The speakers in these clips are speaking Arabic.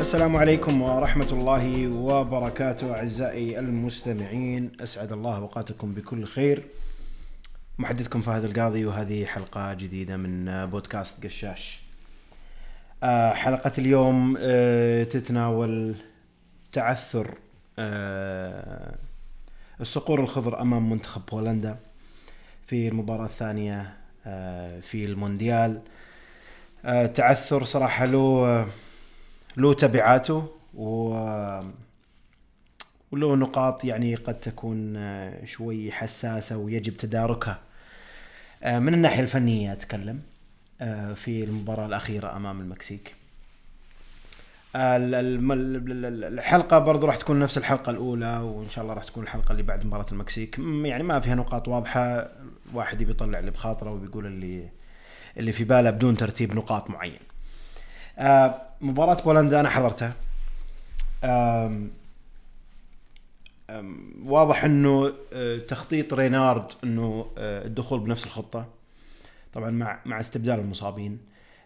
السلام عليكم ورحمة الله وبركاته أعزائي المستمعين، أسعد الله أوقاتكم بكل خير. محدثكم فهد القاضي، وهذه حلقة جديدة من بودكاست قشاش. حلقة اليوم تتناول تعثر الصقور الخضر أمام منتخب بولندا في المباراة الثانية في المونديال. تعثر صراحة له تبعاته وله نقاط يعني قد تكون شوي حساسة ويجب تداركها من الناحية الفنية. أتكلم في المباراة الأخيرة أمام المكسيك. الحلقة برضو راح تكون نفس الحلقة الأولى، وإن شاء الله راح تكون الحلقة اللي بعد مباراة المكسيك. يعني ما فيها نقاط واضحة، واحد بيطلع اللي بخاطره وبيقول اللي في باله بدون ترتيب نقاط معين. مباراة بولندا أنا حضرتها. واضح أنه تخطيط رينارد أنه الدخول بنفس الخطة، طبعا مع استبدال المصابين.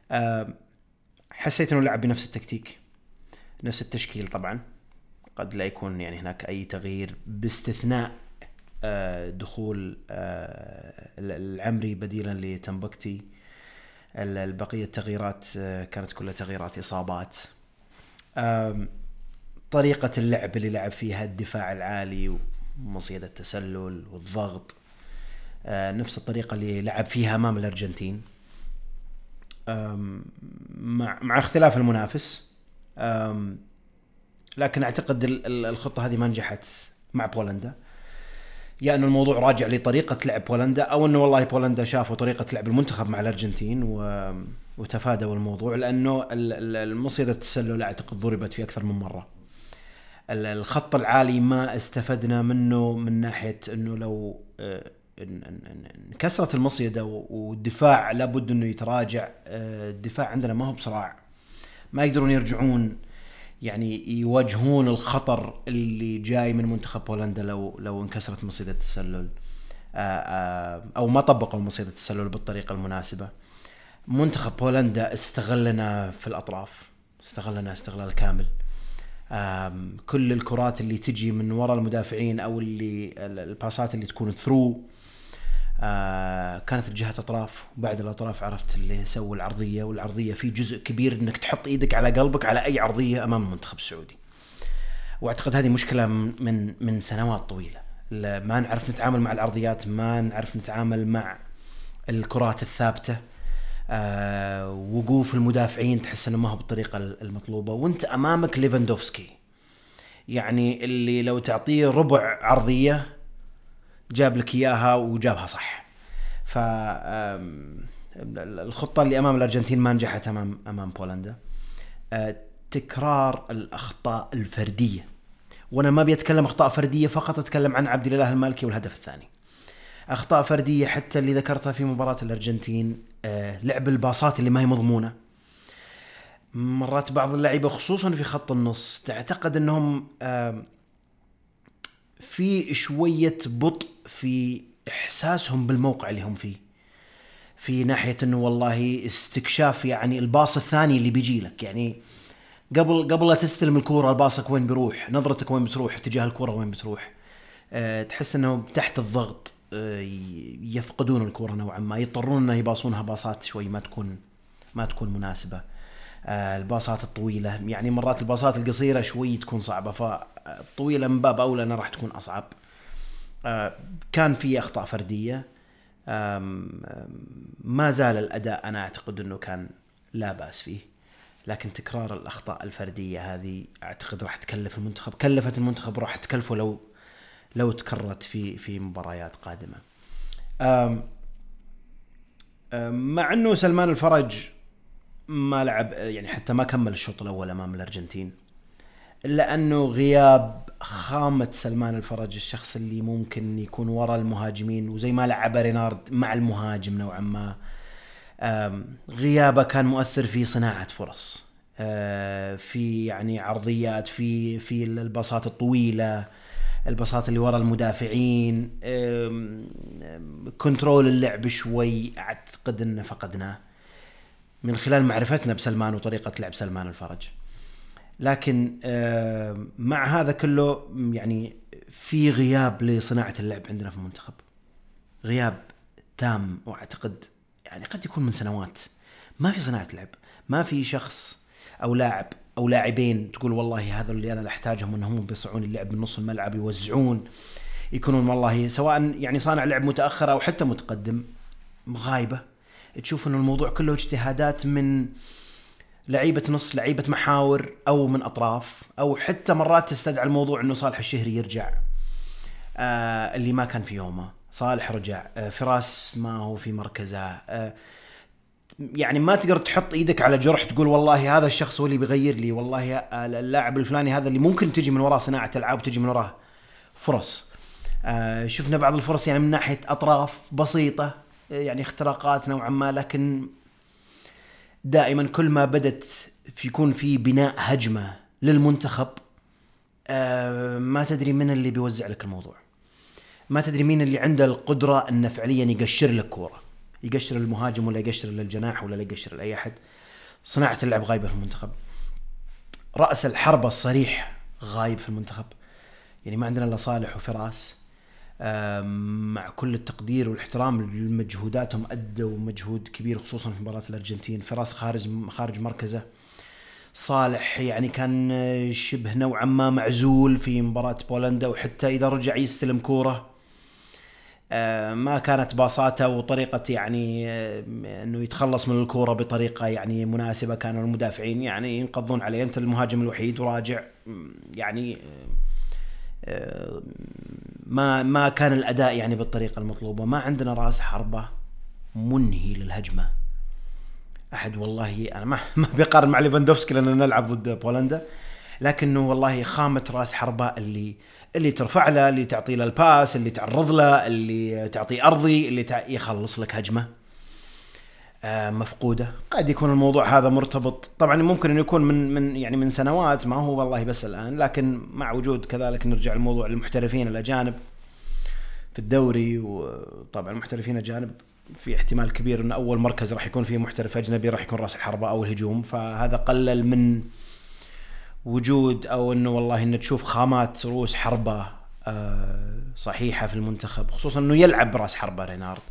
حسيت أنه لعب بنفس التكتيك، نفس التشكيل. طبعا قد لا يكون يعني هناك أي تغيير باستثناء دخول العمري بديلا لتنبكتي. البقية التغييرات كانت كلها تغييرات إصابات. طريقة اللعب اللي لعب فيها الدفاع العالي ومصيدة التسلل والضغط نفس الطريقة اللي لعب فيها أمام الأرجنتين، مع اختلاف المنافس. لكن أعتقد الخطة هذه ما نجحت مع بولندا. يعني الموضوع راجع لطريقة لعب بولندا، أو أنه والله بولندا شافوا طريقة لعب المنتخب مع الأرجنتين وتفادوا الموضوع، لأنه المصيدة التسلل أعتقد ضربت في أكثر من مرة. الخط العالي ما استفدنا منه من ناحية أنه لو كسرت المصيدة والدفاع لابد أنه يتراجع. الدفاع عندنا ما هو بصراع، ما يقدرون يرجعون يعني يواجهون الخطر اللي جاي من منتخب بولندا لو انكسرت مصيدة التسلل أو ما طبقوا مصيدة التسلل بالطريقة المناسبة. منتخب بولندا استغلنا في الأطراف، استغلنا استغلال كامل. كل الكرات اللي تجي من وراء المدافعين أو اللي الباسات اللي تكون ثرو كانت بجهة أطراف، وبعد الأطراف عرفت اللي يسوي العرضية. والعرضية في جزء كبير إنك تحط إيدك على قلبك على أي عرضية أمام المنتخب السعودي. وأعتقد هذه مشكلة من سنوات طويلة. ما نعرف نتعامل مع العرضيات، ما نعرف نتعامل مع الكرات الثابتة. وقوف المدافعين تحس إنه ما هو بالطريقة المطلوبة، وانت أمامك ليفاندوفسكي يعني اللي لو تعطيه ربع عرضية جاب لك إياها وجابها صح. فالخطة اللي أمام الأرجنتين ما نجحت أمام بولندا. تكرار الأخطاء الفردية، وأنا ما بيتكلم أخطاء فردية فقط، أتكلم عن عبد الله المالكي والهدف الثاني. أخطاء فردية حتى اللي ذكرتها في مباراة الأرجنتين. لعب الباصات اللي ما هي مضمونة. مرات بعض اللعيبة خصوصا في خط النص تعتقد أنهم في شوية بطء في إحساسهم بالموقع اللي هم فيه، في ناحية أنه والله استكشاف يعني الباص الثاني اللي بيجي لك. يعني قبل لا تستلم الكرة الباصك وين بيروح، نظرتك وين بتروح، اتجاه الكرة وين بتروح. تحس أنه تحت الضغط يفقدون الكرة نوعا ما، يضطرون أنه يباصونها باصات شوي ما تكون مناسبة. الباصات الطويلة يعني مرات الباصات القصيرة شوي تكون صعبة، فالطويلة من باب أولى أنها راح تكون أصعب. كان في أخطاء فردية. ما زال الأداء أنا أعتقد أنه كان لا بأس فيه، لكن تكرار الأخطاء الفردية هذه أعتقد راح تكلف المنتخب، كلفت المنتخب، راح تكلفه لو تكررت في مباريات قادمة. مع أنه سلمان الفرج ما لعب، يعني حتى ما كمل الشوط الأول أمام الأرجنتين، إلا أنه غياب خامة سلمان الفرج، الشخص اللي ممكن يكون وراء المهاجمين، وزي ما لعب رينارد مع المهاجم نوعا ما. غيابه كان مؤثر في صناعة فرص، في يعني عرضيات، في الباصات الطويلة، الباصات اللي وراء المدافعين. كنترول اللعب شوي أعتقد أنه فقدناه من خلال معرفتنا بسلمان وطريقة لعب سلمان الفرج. لكن مع هذا كله يعني في غياب لصناعة اللعب عندنا في المنتخب، غياب تام. واعتقد يعني قد يكون من سنوات ما في صناعة لعب، ما في شخص او لاعب او لاعبين تقول والله هذا اللي انا احتاجهم انهم بيصعون اللعب من نص الملعب، يوزعون، يكونون والله سواء يعني صانع لعب متأخر او حتى متقدم، غايبة. تشوف انه الموضوع كله اجتهادات من لعيبة نص، لعيبة محاور او من اطراف، او حتى مرات تستدعي الموضوع انه صالح الشهري يرجع اللي ما كان في يومه، صالح رجع فراس ما هو في مركزه يعني ما تقدر تحط ايدك على جرح تقول والله هذا الشخص هو اللي بيغير لي، والله اللاعب الفلاني هذا اللي ممكن تجي من وراه صناعة العاب، تجي من وراه فرص. شفنا بعض الفرص يعني من ناحية اطراف بسيطة، يعني اختراقات نوعا ما، لكن دائما كل ما بدت يكون في بناء هجمة للمنتخب ما تدري من اللي بيوزع لك الموضوع، ما تدري مين اللي عنده القدرة أنه فعليا يقشر لك كورة، يقشر المهاجم ولا يقشر للجناح ولا يقشر لأي أحد. صناعة اللعب غايبة في المنتخب، رأس الحربة الصريح غايب في المنتخب، يعني ما عندنا إلا صالح وفراس. مع كل التقدير والاحترام لمجهوداتهم، أدوا مجهود كبير خصوصا في مباراة الأرجنتين. فراس خارج مركزه، صالح يعني كان شبه نوعا ما معزول في مباراة بولندا، وحتى إذا رجع يستلم كورة ما كانت باصاته وطريقة يعني أنه يتخلص من الكورة بطريقة يعني مناسبة. كانوا المدافعين يعني ينقضون عليه، أنت المهاجم الوحيد وراجع، يعني ما كان الأداء يعني بالطريقة المطلوبة. ما عندنا رأس حربة منهي للهجمة أحد، والله أنا ما بيقارن مع ليفاندوفسكي لأننا نلعب ضد بولندا، لكنه والله خامة رأس حربة اللي ترفع له، اللي تعطي له الباس، اللي تعرض له، اللي تعطي أرضي، اللي يخلص لك هجمة مفقودة. قد يكون الموضوع هذا مرتبط طبعا، ممكن أن يكون من سنوات، ما هو والله بس الآن، لكن مع وجود كذلك نرجع الموضوع للمحترفين الأجانب في الدوري. وطبعا المحترفين الأجانب في احتمال كبير أن أول مركز راح يكون فيه محترف أجنبي، راح يكون رأس الحربة أو الهجوم، فهذا قلل من وجود أو أنه والله أن تشوف خامات رؤوس حربة صحيحة في المنتخب، خصوصا أنه يلعب برأس حربة رينارد.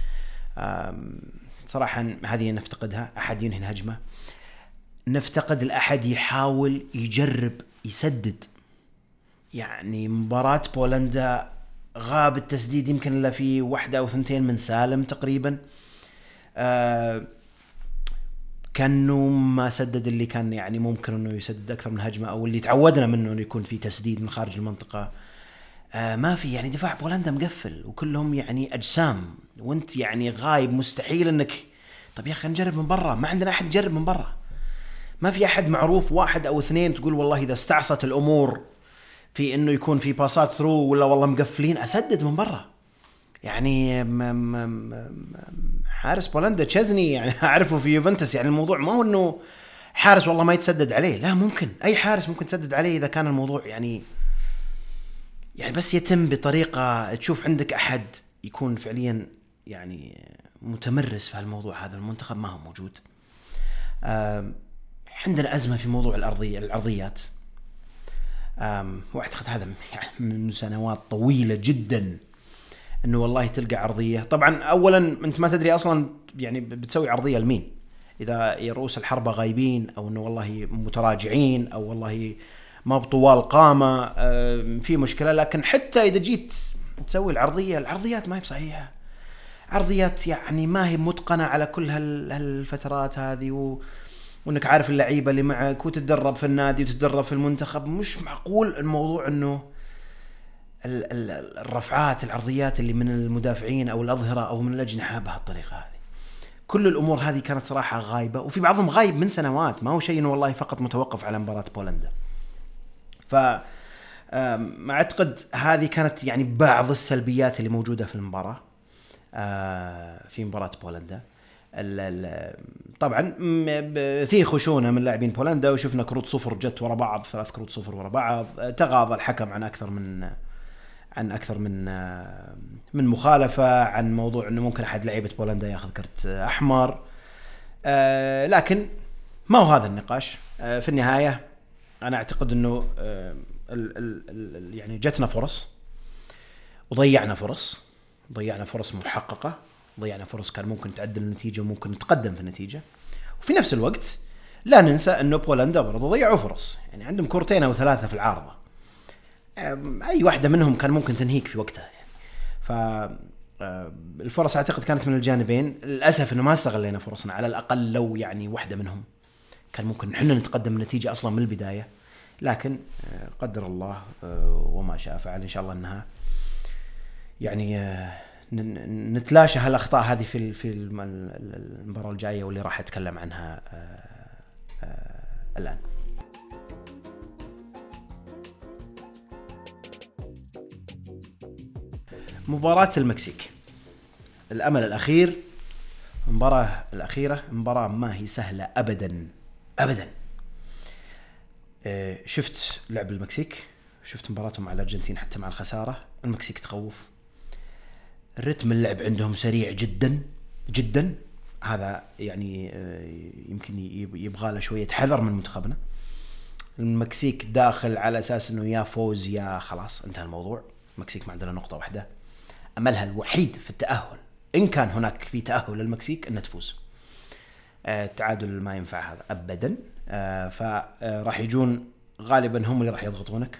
صراحة هذه نفتقدها، أحد ينهي الهجمة، نفتقد الأحد يحاول يجرب يسدد. يعني مباراة بولندا غاب التسديد يمكن إلا في 1 أو 2 من سالم تقريبا، كانوا ما سدد اللي كان يعني ممكن انه يسدد اكثر من هجمه، او اللي تعودنا منه انه يكون في تسديد من خارج المنطقه. ما في، يعني دفاع بولندا مقفل وكلهم يعني اجسام، وانت يعني غايب، مستحيل انك طب يا اخي نجرب من برا. ما عندنا احد يجرب من برا، ما في احد معروف 1 أو 2 تقول والله اذا استعصت الامور في انه يكون في باسات ثرو ولا والله مقفلين اسدد من برا. يعني حارس بولندا تشيزني يعني اعرفه في يوفنتوس، يعني الموضوع ما هو انه حارس والله ما يتسدد عليه، لا، ممكن اي حارس ممكن تسدد عليه اذا كان الموضوع يعني بس يتم بطريقة تشوف عندك احد يكون فعليا يعني متمرس في هالموضوع. هذا المنتخب ما هو موجود. عندنا أزمة في موضوع الأرضيات، واعتقد هذا يعني من سنوات طويلة جدا انه والله تلقى عرضيه. طبعا اولا انت ما تدري اصلا يعني بتسوي عرضيه لمين، اذا رؤوس الحربه غايبين، او انه والله متراجعين، او والله ما بطوال قامه، في مشكله. لكن حتى اذا جيت تسوي العرضيات ما هي بصحيحه، عرضيات يعني ما هي متقنه على كل هالفترات هذه، وانك عارف اللعيبه اللي معك وتتدرب في النادي وتتدرب في المنتخب. مش معقول الموضوع انه الرفعات العرضيات اللي من المدافعين او الاظهره او من الاجنحه بهالطريقه هذه. كل الامور هذه كانت صراحه غايبه، وفي بعضهم غايب من سنوات، ما هو شيء انه والله فقط متوقف على مباراه بولندا. ف اعتقد هذه كانت يعني بعض السلبيات اللي موجوده في المباراه، في مباراه بولندا. طبعا في خشونه من لاعبين بولندا، وشفنا كروت صفر جت ورا بعض، 3 كروت صفر ورا بعض. تغاضى الحكم عن اكثر من مخالفه، عن موضوع انه ممكن احد لعيبه بولندا ياخذ كرت احمر. لكن ما هو هذا النقاش. في النهايه انا اعتقد انه يعني جتنا فرص وضيعنا فرص، ضيعنا فرص محققة، ضيعنا فرص كان ممكن تعدل النتيجة وممكن نتقدم في النتيجة. وفي نفس الوقت لا ننسى انه بولندا برضو ضيعوا فرص، يعني عندهم كورتين او ثلاثة في العارضة، اي واحدة منهم كان ممكن تنهيك في وقتها يعني. الفرص اعتقد كانت من الجانبين. للاسف انه ما استغلينا فرصنا، على الاقل لو يعني واحدة منهم كان ممكن احنا نتقدم النتيجة اصلا من البداية، لكن قدر الله وما شاء فعل. ان شاء الله انها يعني نتلاشى هالاخطاء هذه في المباراة الجاية واللي راح اتكلم عنها الان. مباراة المكسيك، الامل الاخير، المباراة الاخيرة، مباراة ما هي سهلة ابدا ابدا. شفت لعب المكسيك، شفت مباراتهم مع الارجنتين حتى مع الخسارة. المكسيك تخوف، الرتم اللعب عندهم سريع جدا جدا، هذا يعني يمكن يبغى له شوية حذر من منتخبنا. المكسيك داخل على أساس أنه يا فوز يا خلاص انتهى الموضوع. المكسيك ما عندنا نقطة واحدة، أملها الوحيد في التأهل إن كان هناك في تأهل للمكسيك أن تفوز. التعادل ما ينفع هذا أبدا. فراح يجون غالبا هم اللي راح يضغطونك.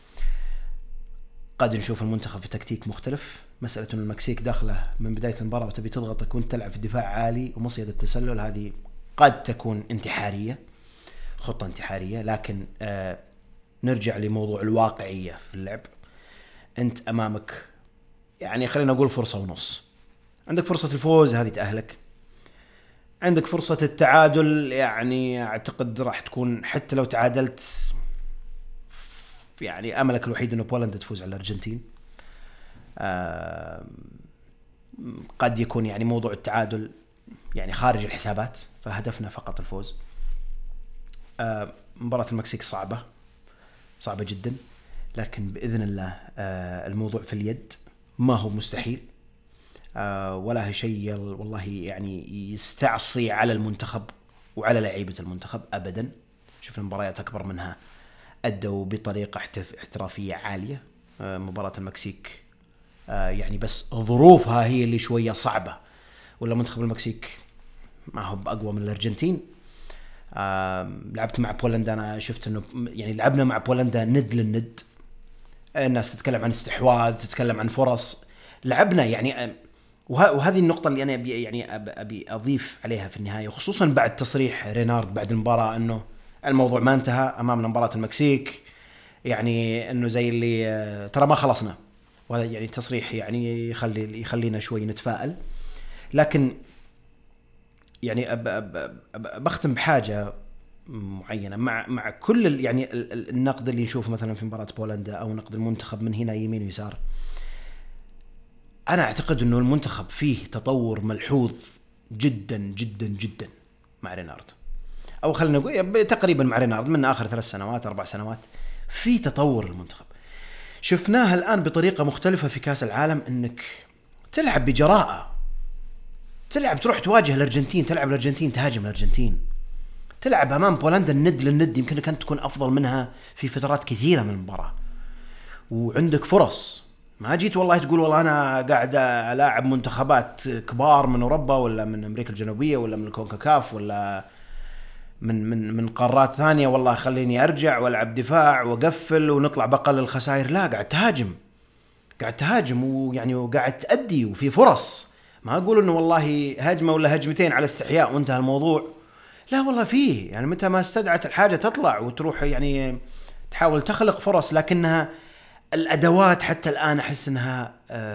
قد نشوف المنتخب في تكتيك مختلف. مسألة أن المكسيك داخله من بداية المباراة وتبي تضغطك وانت تلعب في دفاع عالي ومصيدة التسلل، هذه قد تكون انتحارية، خطة انتحارية. لكن نرجع لموضوع الواقعية في اللعب. انت امامك يعني خلينا نقول فرصة ونص. عندك فرصة الفوز، هذه تأهلك. عندك فرصة التعادل، يعني اعتقد راح تكون حتى لو تعادلت يعني املك الوحيد انه بولندا تفوز على الارجنتين. قد يكون يعني موضوع التعادل يعني خارج الحسابات، فهدفنا فقط الفوز. مباراة المكسيك صعبة جدا، لكن بإذن الله الموضوع في اليد، ما هو مستحيل ولا هي شيء والله يعني يستعصي على المنتخب وعلى لعيبة المنتخب أبدا. شفنا مباريات أكبر منها أدوا بطريقة احترافية عالية. مباراة المكسيك يعني بس ظروفها هي اللي شوية صعبة، ولا منتخب المكسيك ما هو بأقوى من الأرجنتين. لعبت مع بولندا، أنا شفت أنه يعني لعبنا مع بولندا ند للند. الناس تتكلم عن استحواذ، تتكلم عن فرص، لعبنا يعني. وهذه النقطة اللي أنا أبي أضيف عليها في النهاية، خصوصا بعد تصريح رينارد بعد المباراة أنه الموضوع ما انتهى أمامنا مباراة المكسيك، يعني أنه زي اللي ترى ما خلصنا. وهذا يعني تصريح يعني يخلينا شوي نتفائل. لكن يعني بختم بحاجة معينة مع كل يعني النقد اللي نشوفه مثلا في مباراة بولندا أو نقد المنتخب من هنا يمين ويسار. أنا أعتقد أنه المنتخب فيه تطور ملحوظ جدا جدا جدا مع رينارد، أو خلينا نقول تقريبا مع رينارد من آخر 3 سنوات 4 سنوات في تطور المنتخب. شفناها الآن بطريقة مختلفة في كأس العالم، أنك تلعب بجراءة، تلعب تروح تواجه الأرجنتين، تلعب الأرجنتين، تهاجم الأرجنتين، تلعب أمام بولندا الند للند، يمكن كانت تكون أفضل منها في فترات كثيرة من المباراة، وعندك فرص. ما جيت والله تقول والله أنا قاعد ألاعب منتخبات كبار من أوروبا ولا من أمريكا الجنوبية ولا من الكونكاكاف ولا من قارات ثانية، والله خليني أرجع وألعب دفاع وقفل ونطلع بقل الخسائر. لا، قاعد تهاجم ويعني وقاعد تأدي وفي فرص. ما أقول إنه والله هجمة ولا هجمتين على استحياء وانتهى الموضوع، لا والله فيه يعني متى ما استدعت الحاجة تطلع وتروح يعني تحاول تخلق فرص. لكنها الأدوات حتى الآن أحس إنها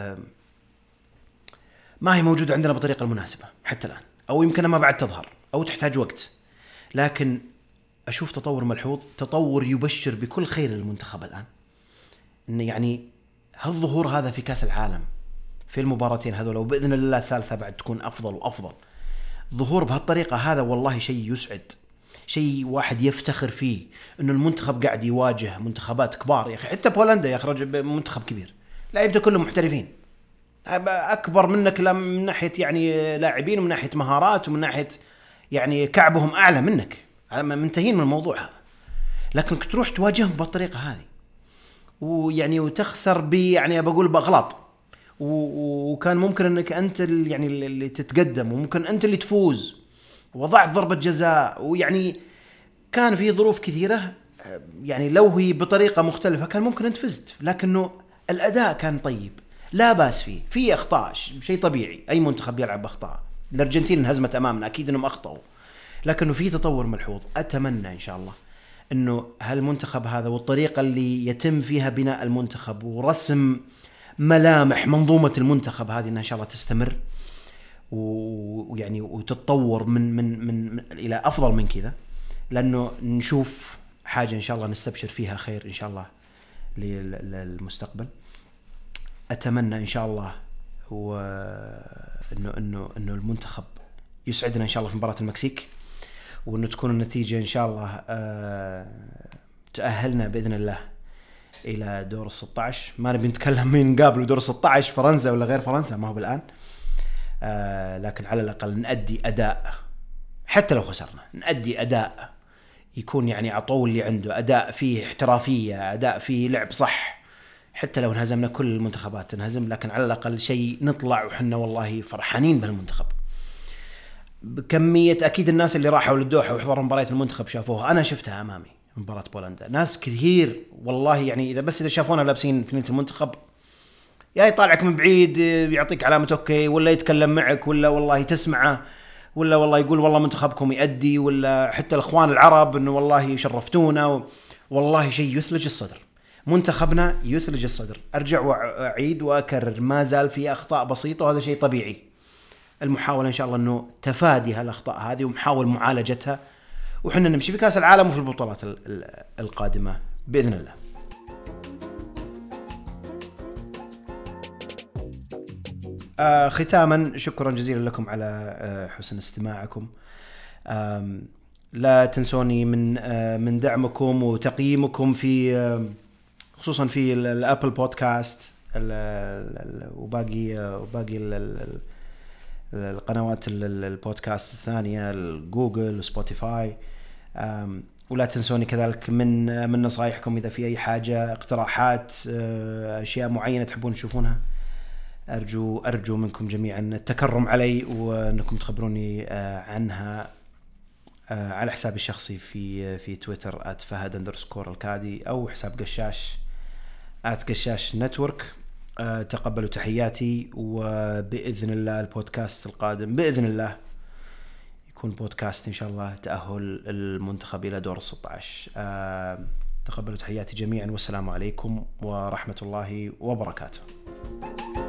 ما هي موجودة عندنا بطريقة المناسبة حتى الآن، أو يمكن ما بعد تظهر أو تحتاج وقت. لكن أشوف تطور ملحوظ، تطور يبشر بكل خير للمنتخب الآن. إن يعني هالظهور هذا في كأس العالم في المباراتين هذول، وبإذن الله الثالثة بعد تكون أفضل وأفضل. ظهور بهالطريقة هذا والله شيء يسعد، شيء واحد يفتخر فيه، إنه المنتخب قاعد يواجه منتخبات كبار. يا أخي حتى بولندا يا أخي منتخب كبير، لاعبته كلهم محترفين، أكبر منك من ناحية يعني لاعبين ومن ناحية مهارات ومن ناحية يعني كعبهم أعلى منك، منتهين من الموضوع هذا. لكنك تروح تواجههم بالطريقة هذه ويعني وتخسر يعني بقول بأغلاط، وكان ممكن انك انت يعني اللي تتقدم، وممكن انت اللي تفوز وضعت ضربة جزاء، ويعني كان في ظروف كثيرة يعني لو هي بطريقة مختلفة كان ممكن انت فزت، لكنه الأداء كان طيب لا باس فيه، في أخطاء شيء طبيعي، أي منتخب يلعب أخطاء. الأرجنتين انهزمت أمامنا أكيد أنهم أخطأوا، لكنه في تطور ملحوظ. أتمنى إن شاء الله أنه هالمنتخب هذا والطريقة اللي يتم فيها بناء المنتخب ورسم ملامح منظومة المنتخب هذه إن شاء الله تستمر ويعني وتتطور من إلى أفضل من كذا، لأنه نشوف حاجة إن شاء الله نستبشر فيها خير إن شاء الله للمستقبل. أتمنى إن شاء الله هو إنه المنتخب يسعدنا إن شاء الله في مباراة المكسيك، وإنه تكون النتيجة إن شاء الله تأهلنا بإذن الله إلى دور 16. ما نبي نتكلم مين قابل دور 16، فرنسا ولا غير فرنسا، ما هو بالآن، لكن على الأقل نأدي أداء، حتى لو خسرنا نأدي أداء يكون يعني عطول اللي عنده، أداء فيه احترافية، أداء فيه لعب صح. حتى لو انهزمنا كل المنتخبات تنهزم، لكن على الأقل شيء نطلع وحنا والله فرحانين بهالمنتخب. بكمية أكيد الناس اللي راحوا للدوحة وحضروا مباريات المنتخب شافوها، أنا شفتها أمامي مباراة بولندا، ناس كثير والله يعني إذا شافونا لابسين فنية المنتخب يا يطالعك من بعيد يعطيك علامة أوكي، ولا يتكلم معك، ولا والله تسمعه، ولا والله يقول والله منتخبكم يأدي، ولا حتى الأخوان العرب إنه والله شرفتونا، والله شيء يثلج الصدر. منتخبنا يثلج الصدر. أرجع وأعيد وأكرر، ما زال في أخطاء بسيطة وهذا شيء طبيعي. المحاولة إن شاء الله إنه تفادي هالأخطاء هذه ومحاول معالجتها، وحنا نمشي في كأس العالم وفي البطولات القادمة بإذن الله. ختاما شكرا جزيلا لكم على حسن استماعكم. لا تنسوني من دعمكم وتقييمكم في خصوصا في الابل بودكاست وباقي القنوات البودكاست الثانية، الجوجل وسبوتيفاي. ولا تنسوني كذلك من نصايحكم إذا في أي حاجة، اقتراحات، أشياء معينة تحبون تشوفونها. أرجو منكم جميعا التكرم علي وأنكم تخبروني عنها على حسابي الشخصي في تويتر @fahad_الكادي أو حساب قشاش @قشاش_network. تقبلوا تحياتي، وبإذن الله البودكاست القادم بإذن الله يكون بودكاست إن شاء الله تأهل المنتخب إلى دور 16. تقبلوا تحياتي جميعا، والسلام عليكم ورحمة الله وبركاته.